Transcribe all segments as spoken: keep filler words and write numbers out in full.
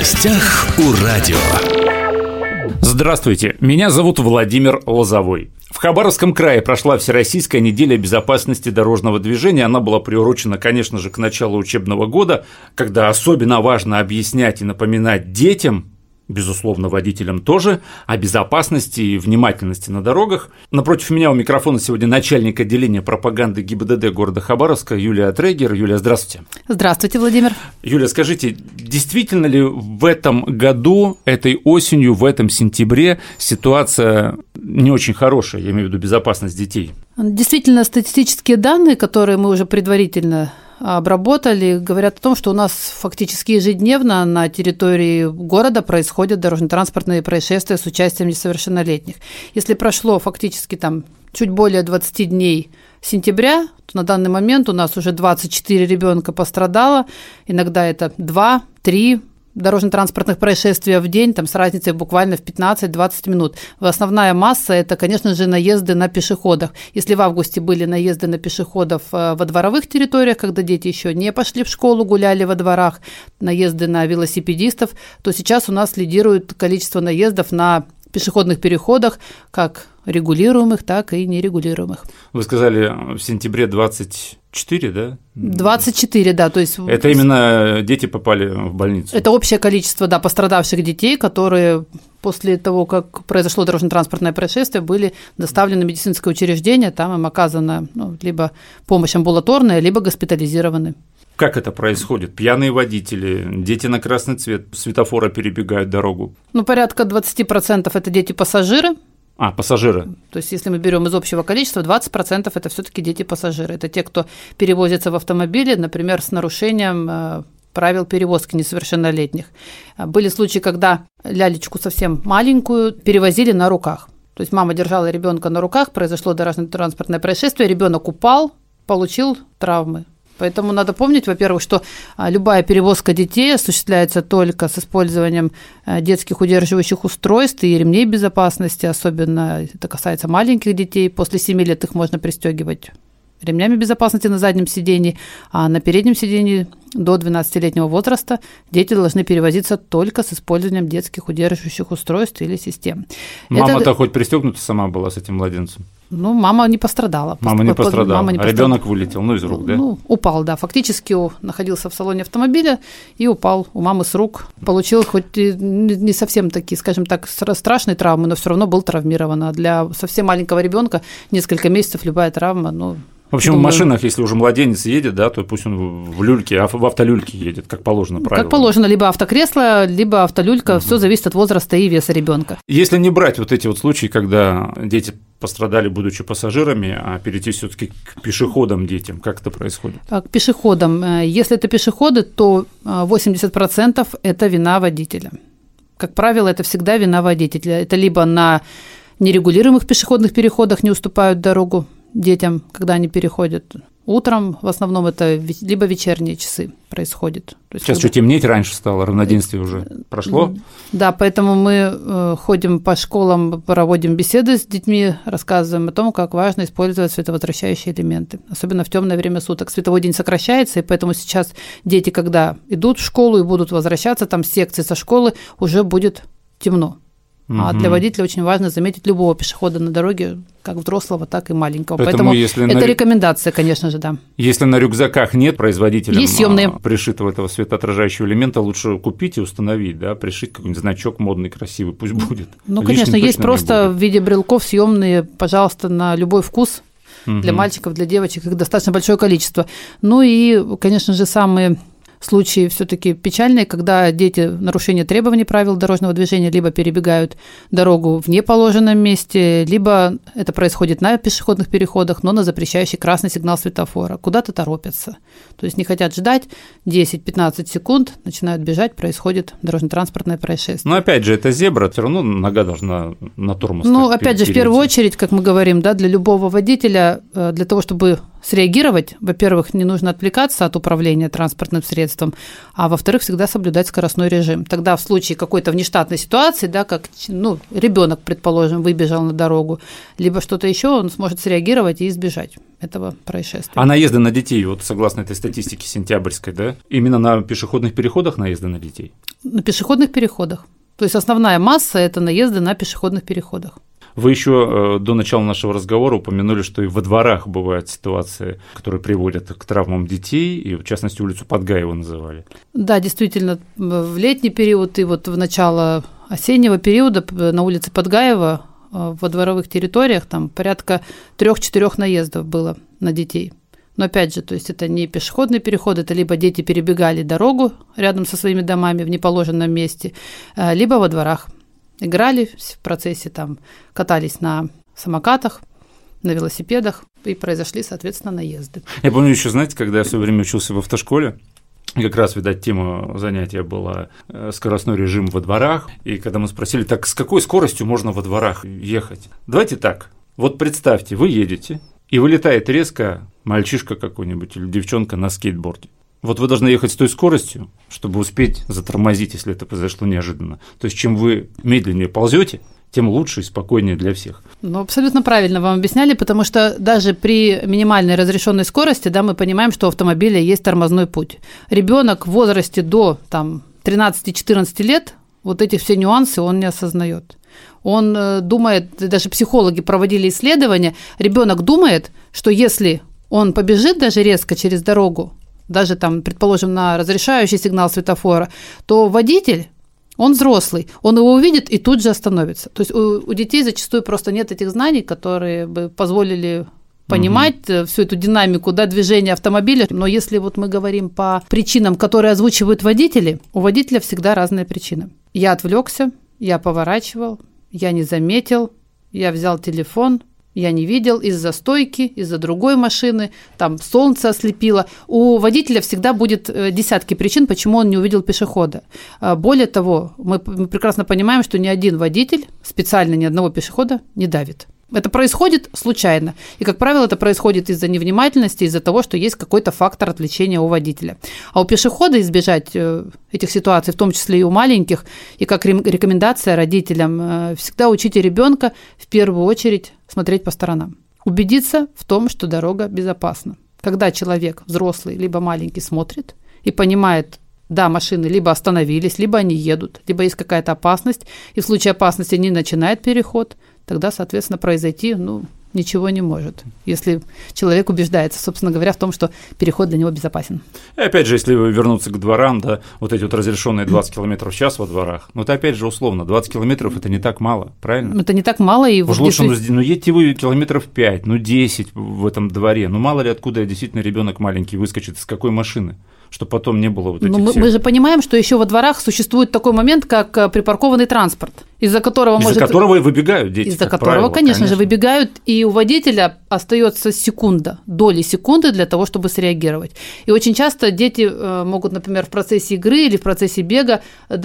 гостях у радио. Здравствуйте, меня зовут Владимир Лозовой. В Хабаровском крае прошла Всероссийская неделя безопасности дорожного движения. Она была приурочена, конечно же, к началу учебного года, когда особенно важно объяснять и напоминать детям, безусловно, водителям тоже, о безопасности и внимательности на дорогах. Напротив меня у микрофона сегодня начальник отделения пропаганды ГИБДД города Хабаровска Юлия Трегер. Юлия, здравствуйте. Здравствуйте, Владимир. Юлия, скажите, действительно ли в этом году, этой осенью, в этом сентябре ситуация не очень хорошая, я имею в виду безопасность детей? Действительно, статистические данные, которые мы уже предварительно обработали, говорят о том, что у нас фактически ежедневно на территории города происходят дорожно-транспортные происшествия с участием несовершеннолетних. Если прошло фактически там чуть более двадцать дней сентября, то на данный момент у нас уже двадцать четыре ребенка пострадало, иногда это два-три дорожно-транспортных происшествий в день, там, с разницей буквально в пятнадцать-двадцать минут. Основная масса – это, конечно же, наезды на пешеходах. Если в августе были наезды на пешеходов во дворовых территориях, когда дети еще не пошли в школу, гуляли во дворах, наезды на велосипедистов, то сейчас у нас лидирует количество наездов на пешеходных переходах, как регулируемых, так и нерегулируемых. Вы сказали, в сентябре двадцать четыре, да? двадцать четыре, да. То есть это именно дети попали в больницу? Это общее количество, да, пострадавших детей, которые после того, как произошло дорожно-транспортное происшествие, были доставлены в медицинское учреждение, там им оказана ну, либо помощь амбулаторная, либо госпитализированы. Как это происходит? Пьяные водители, дети на красный цвет светофора перебегают дорогу? Ну, порядка двадцать процентов это дети-пассажиры. А, пассажиры. То есть, если мы берем из общего количества, двадцать процентов это все-таки дети-пассажиры. Это те, кто перевозится в автомобиле, например, с нарушением правил перевозки несовершеннолетних. Были случаи, когда лялечку совсем маленькую перевозили на руках. То есть, мама держала ребенка на руках, произошло дорожно-транспортное происшествие, ребенок упал, получил травмы. Поэтому надо помнить, во-первых, что любая перевозка детей осуществляется только с использованием детских удерживающих устройств и ремней безопасности, особенно это касается маленьких детей. После семи лет их можно пристегивать ремнями безопасности на заднем сидении, а на переднем сидении до двенадцатилетнего возраста дети должны перевозиться только с использованием детских удерживающих устройств или систем. Мама-то это... хоть пристегнута сама была с этим младенцем? Ну, мама не пострадала. Мама не пострадала, мама не а пострадала. Ребенок вылетел, ну, из рук, да? Ну, упал, да. Фактически находился в салоне автомобиля и упал у мамы с рук. Получил хоть и не совсем такие, скажем так, страшные травмы, но все равно был травмирован. А для совсем маленького ребенка несколько месяцев любая травма, ну, в общем, думаю, в машинах, если уже младенец едет, да, то пусть он в люльке, в автолюльке едет, как положено, правильно. Как положено, либо автокресло, либо автолюлька, угу. Все зависит от возраста и веса ребенка. Если не брать вот эти вот случаи, когда дети пострадали, будучи пассажирами, а перейти все-таки к пешеходам детям, как это происходит? К пешеходам. Если это пешеходы, то восемьдесят процентов это вина водителя. Как правило, это всегда вина водителя. Это либо на нерегулируемых пешеходных переходах не уступают дорогу детям, когда они переходят. Утром в основном это либо вечерние часы происходит. То есть, сейчас когда... что, темнеть раньше стало, равноденствие уже прошло? Да, поэтому мы ходим по школам, проводим беседы с детьми, рассказываем о том, как важно использовать световозвращающие элементы, особенно в темное время суток. Световой день сокращается, и поэтому сейчас дети, когда идут в школу и будут возвращаться, там с секции со школы уже будет темно. Угу. А для водителя очень важно заметить любого пешехода на дороге, как взрослого, так и маленького. Поэтому, Поэтому если это на... рекомендация, конечно же, да. Если на рюкзаках нет производителя съемные пришитого этого светоотражающего элемента, лучше купить и установить, да, пришить какой-нибудь значок модный, красивый, пусть будет. Ну, лишним конечно, есть просто в виде брелков съемные, пожалуйста, на любой вкус. Угу. Для мальчиков, для девочек, их достаточно большое количество. Ну и, конечно же, самые... случаи все-таки печальные, когда дети в нарушение требований правил дорожного движения либо перебегают дорогу в неположенном месте, либо это происходит на пешеходных переходах, но на запрещающий красный сигнал светофора. Куда-то торопятся. То есть не хотят ждать десять-пятнадцать секунд, начинают бежать, происходит дорожно-транспортное происшествие. Но опять же, это зебра, все равно нога должна на тормоз. Ну, опять же, в первую очередь, как мы говорим, да, для любого водителя, для того, чтобы среагировать, во-первых, не нужно отвлекаться от управления транспортным средством, а во-вторых, всегда соблюдать скоростной режим. Тогда в случае какой-то внештатной ситуации, да, как ну, ребенок, предположим, выбежал на дорогу, либо что-то еще, он сможет среагировать и избежать этого происшествия. А наезды на детей, вот согласно этой статистике сентябрьской, да, именно на пешеходных переходах наезды на детей? На пешеходных переходах. То есть основная масса – это наезды на пешеходных переходах. Вы еще до начала нашего разговора упомянули, что и во дворах бывают ситуации, которые приводят к травмам детей, и в частности улицу Подгаева называли. Да, действительно, в летний период и вот в начало осеннего периода на улице Подгаева во дворовых территориях там порядка трех-четырех наездов было на детей. Но опять же, то есть это не пешеходный переход, это либо дети перебегали дорогу рядом со своими домами в неположенном месте, либо во дворах. Играли в процессе, там, катались на самокатах, на велосипедах, и произошли, соответственно, наезды. Я помню еще, знаете, когда я все время учился в автошколе, как раз, видать, тема занятия была скоростной режим во дворах, и когда мы спросили, так с какой скоростью можно во дворах ехать? Давайте так, вот представьте, вы едете, и вылетает резко мальчишка какой-нибудь или девчонка на скейтборде. Вот вы должны ехать с той скоростью, чтобы успеть затормозить, если это произошло неожиданно. То есть, чем вы медленнее ползете, тем лучше и спокойнее для всех. Ну, абсолютно правильно вам объясняли, потому что даже при минимальной разрешенной скорости, да, мы понимаем, что у автомобиля есть тормозной путь. Ребенок в возрасте до там, тринадцати-четырнадцати лет вот эти все нюансы он не осознает. Он думает, даже психологи проводили исследования, ребенок думает, что если он побежит даже резко через дорогу, даже там, предположим, на разрешающий сигнал светофора, то водитель, он взрослый, он его увидит и тут же остановится. То есть у, у детей зачастую просто нет этих знаний, которые бы позволили понимать угу. всю эту динамику, да, движения автомобиля. Но если вот мы говорим по причинам, которые озвучивают водители, у водителя всегда разные причины. Я отвлекся, я поворачивал, я не заметил, я взял телефон, я не видел из-за стойки, из-за другой машины, там солнце ослепило. У водителя всегда будет десятки причин, почему он не увидел пешехода. Более того, мы прекрасно понимаем, что ни один водитель специально ни одного пешехода не давит. Это происходит случайно. И, как правило, это происходит из-за невнимательности, из-за того, что есть какой-то фактор отвлечения у водителя. А у пешехода избежать этих ситуаций, в том числе и у маленьких, и как рекомендация родителям, всегда учите ребенка в первую очередь смотреть по сторонам. Убедиться в том, что дорога безопасна. Когда человек, взрослый либо маленький, смотрит и понимает, да, машины либо остановились, либо они едут, либо есть какая-то опасность, и в случае опасности не начинает переход, тогда, соответственно, произойти, ну, ничего не может, если человек убеждается, собственно говоря, в том, что переход для него безопасен. И опять же, если вернуться к дворам, да, вот эти вот разрешенные двадцать километров в час во дворах, ну, это опять же условно, двадцать километров – это не так мало, правильно? Это не так мало. И уж лучше, ну, ну, едьте вы километров пять, ну, десять в этом дворе, ну, мало ли откуда действительно ребенок маленький выскочит, с какой машины, чтобы потом не было вот этих мы, всех... мы же понимаем, что еще во дворах существует такой момент, как припаркованный транспорт, из-за которого из-за может... которого и выбегают дети, Из-за которого, правило, конечно, конечно же, выбегают, и у водителя остается секунда, доли секунды для того, чтобы среагировать. И очень часто дети могут, например, в процессе игры или в процессе бега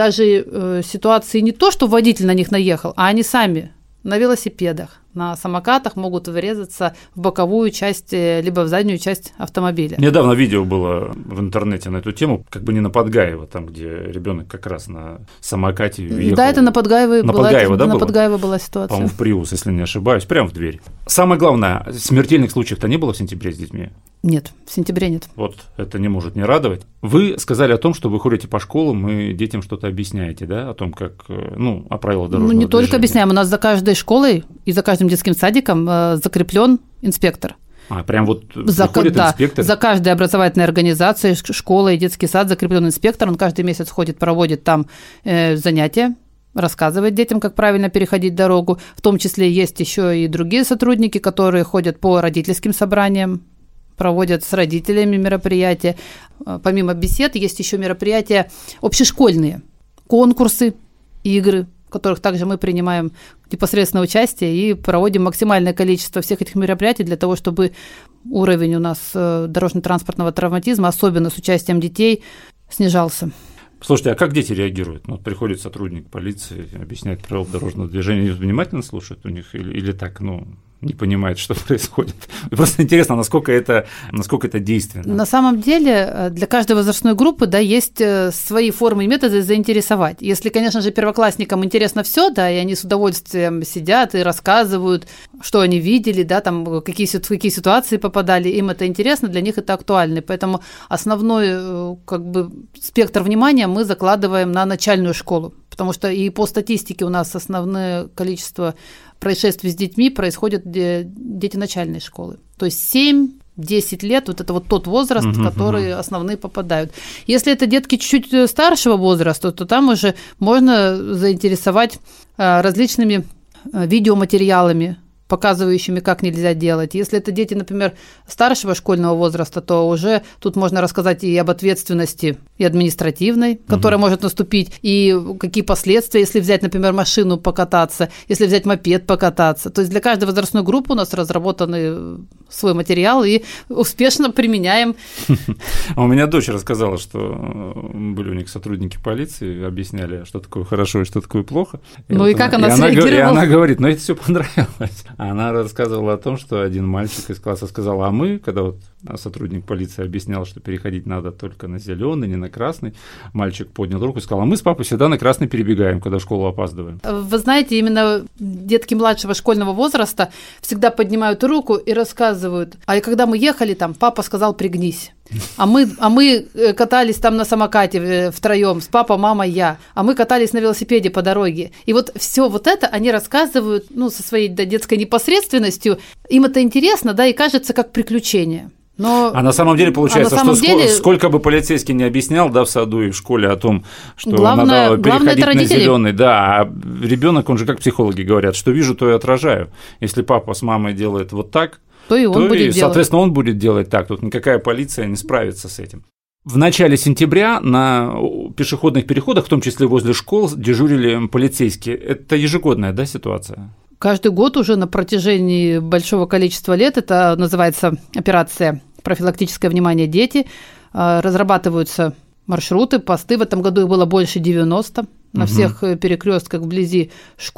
даже ситуации не то, что водитель на них наехал, а они сами на велосипедах, на самокатах могут врезаться в боковую часть либо в заднюю часть автомобиля. Недавно видео было в интернете на эту тему, как бы не на Подгаева, там, где ребенок как раз на самокате ехал. Да, это на Подгаева, на была, Подгаева, да, на было? Подгаева была ситуация. По-моему, в Приус, если не ошибаюсь, прямо в дверь. Самое главное, смертельных случаев-то не было в сентябре с детьми? Нет, в сентябре нет. Вот это не может не радовать. Вы сказали о том, что вы ходите по школам и детям что-то объясняете, да, о том, как, ну, о правилах дорожного движения. Ну, не движения. только объясняем, у нас за каждой школой и за каждым детским садиком закреплен инспектор. А, прям вот за, приходит да, инспектор? За каждой образовательной организацией, школа и детский сад закреплен инспектор, он каждый месяц ходит, проводит там э, занятия, рассказывает детям, как правильно переходить дорогу. В том числе есть еще и другие сотрудники, которые ходят по родительским собраниям, проводят с родителями мероприятия. Помимо бесед есть еще мероприятия общешкольные, конкурсы, игры, в которых также мы принимаем непосредственное участие и проводим максимальное количество всех этих мероприятий для того, чтобы уровень у нас дорожно-транспортного травматизма, особенно с участием детей, снижался. Слушайте, а как дети реагируют? Ну, вот приходит сотрудник полиции, объясняет правила дорожного движения, они внимательно слушают у них или, или так, ну, не понимает, что происходит. Просто интересно, насколько это, насколько это действенно. На самом деле для каждой возрастной группы, да, есть свои формы и методы заинтересовать. Если, конечно же, первоклассникам интересно все, да, и они с удовольствием сидят и рассказывают, что они видели, да, там, какие, в какие ситуации попадали, им это интересно, для них это актуально. Поэтому основной как бы спектр внимания мы закладываем на начальную школу, потому что и по статистике у нас основное количество происшествий с детьми происходят дети начальной школы. То есть семь-десять лет, вот это вот тот возраст, в uh-huh, который uh-huh. основные попадают. Если это детки чуть-чуть старшего возраста, то там уже можно заинтересовать различными видеоматериалами, показывающими, как нельзя делать. Если это дети, например, старшего школьного возраста, то уже тут можно рассказать и об ответственности и административной, которая угу. может наступить, и какие последствия, если взять, например, машину покататься, если взять мопед покататься. То есть для каждой возрастной группы у нас разработаны свой материал и успешно применяем. У меня дочь рассказала, что были у них сотрудники полиции, объясняли, что такое хорошо и что такое плохо. Ну и как она среагировала? И она говорит, ну это все понравилось. Она рассказывала о том, что один мальчик из класса сказал, а мы, когда вот сотрудник полиции объяснял, что переходить надо только на зеленый, не на красный, мальчик поднял руку и сказал, а мы с папой всегда на красный перебегаем, когда в школу опаздываем. Вы знаете, именно детки младшего школьного возраста всегда поднимают руку и рассказывают, а когда мы ехали там, папа сказал, пригнись. А мы, а мы катались там на самокате втроем, с папой, мамой, я. А мы катались на велосипеде по дороге. И вот все вот это они рассказывают, ну, со своей да, детской непосредственностью. Им это интересно, да, и кажется как приключение. Но, а на самом деле получается, а самом что деле, сколько, сколько бы полицейский не объяснял, да, в саду и в школе о том, что главное, надо переходить на зеленый, да, а ребенок, он же, как психологи говорят, что вижу, то и отражаю. Если папа с мамой делает вот так, то и он то будет и, делать. Соответственно, он будет делать так. Тут никакая полиция не справится с этим. В начале сентября на пешеходных переходах, в том числе возле школ, дежурили полицейские. Это ежегодная, да, ситуация? Каждый год уже на протяжении большого количества лет, это называется операция «Профилактическое внимание дети», разрабатываются маршруты, посты. В этом году их было больше девяноста. На угу. всех перекрестках вблизи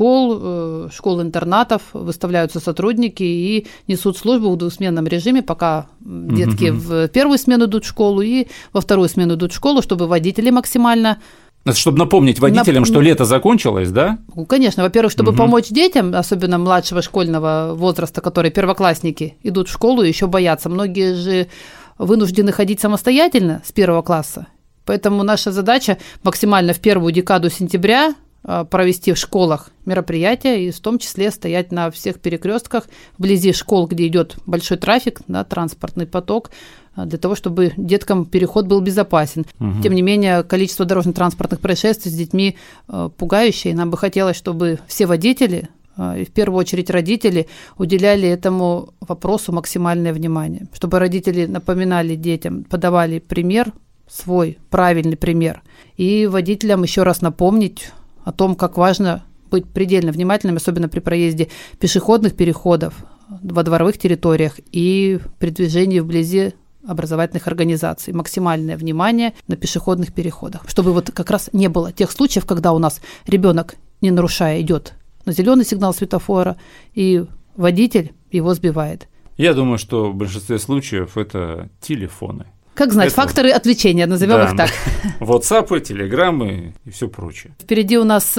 школ, школ-интернатов выставляются сотрудники и несут службу в двухсменном режиме, пока угу. детки в первую смену идут в школу и во вторую смену идут в школу, чтобы водители максимально... Чтобы напомнить водителям, Нап... что лето закончилось, да? Ну, конечно. Во-первых, чтобы угу. помочь детям, особенно младшего школьного возраста, которые первоклассники, идут в школу и еще боятся. Многие же вынуждены ходить самостоятельно с первого класса. Поэтому наша задача максимально в первую декаду сентября провести в школах мероприятия и в том числе стоять на всех перекрестках вблизи школ, где идет большой трафик, да, транспортный поток, для того, чтобы деткам переход был безопасен. Угу. Тем не менее, количество дорожно-транспортных происшествий с детьми пугающее, и нам бы хотелось, чтобы все водители, и в первую очередь родители, уделяли этому вопросу максимальное внимание, чтобы родители напоминали детям, подавали пример, свой правильный пример, и водителям еще раз напомнить о том, как важно быть предельно внимательным, особенно при проезде пешеходных переходов во дворовых территориях и при движении вблизи образовательных организаций. Максимальное внимание на пешеходных переходах, чтобы вот как раз не было тех случаев, когда у нас ребенок, не нарушая, идет на зеленый сигнал светофора, и водитель его сбивает. Я думаю, что в большинстве случаев это телефоны. Как знать, это... факторы отвлечения, назовем да, их так. WhatsApp, телеграммы и все прочее. Впереди у нас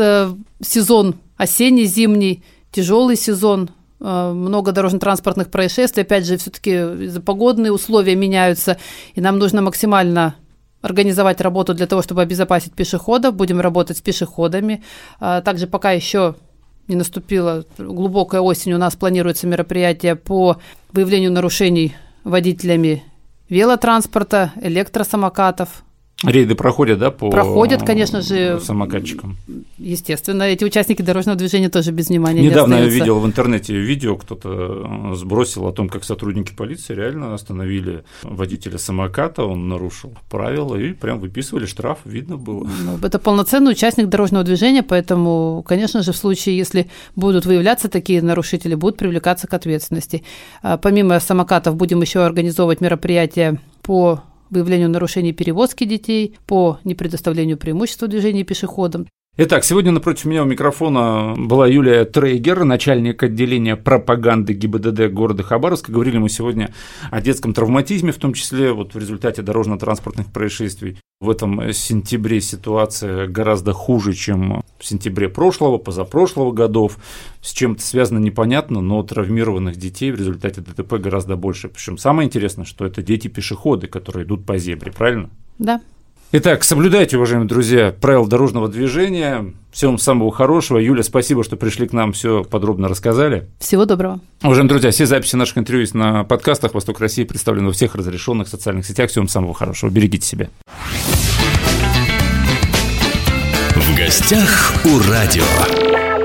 сезон осенний, зимний, тяжелый сезон, много дорожно-транспортных происшествий. Опять же, все-таки погодные условия меняются, и нам нужно максимально организовать работу для того, чтобы обезопасить пешеходов. Будем работать с пешеходами. Также пока еще не наступила глубокая осень, у нас планируется мероприятие по выявлению нарушений водителями велотранспорта, электросамокатов. Рейды проходят, да, по проходят, конечно же, самокатчикам? Естественно, эти участники дорожного движения тоже без внимания Недавно не остаются. Я видел в интернете видео, кто-то сбросил о том, как сотрудники полиции реально остановили водителя самоката, он нарушил правила, и прям выписывали штраф, видно было. Ну, это полноценный участник дорожного движения, поэтому, конечно же, в случае, если будут выявляться такие нарушители, будут привлекаться к ответственности. Помимо самокатов будем еще организовывать мероприятия по выявлению нарушений перевозки детей, по непредоставлению преимущества движения пешеходам. Итак, сегодня напротив меня у микрофона была Юлия Трейгер, начальник отделения пропаганды ГИБДД города Хабаровска. Говорили мы сегодня о детском травматизме, в том числе вот в результате дорожно-транспортных происшествий. В этом сентябре ситуация гораздо хуже, чем в сентябре прошлого, позапрошлого годов. С чем это связано, непонятно, но травмированных детей в результате ДТП гораздо больше. Причем самое интересное, что это дети-пешеходы, которые идут по зебре, правильно? Да. Итак, соблюдайте, уважаемые друзья, правила дорожного движения. Всем самого хорошего. Юля, спасибо, что пришли к нам, все подробно рассказали. Всего доброго. Уважаемые друзья, все записи наших интервью есть на подкастах «Восток России», представлены во всех разрешенных социальных сетях. Всем самого хорошего. Берегите себя. В гостях у радио.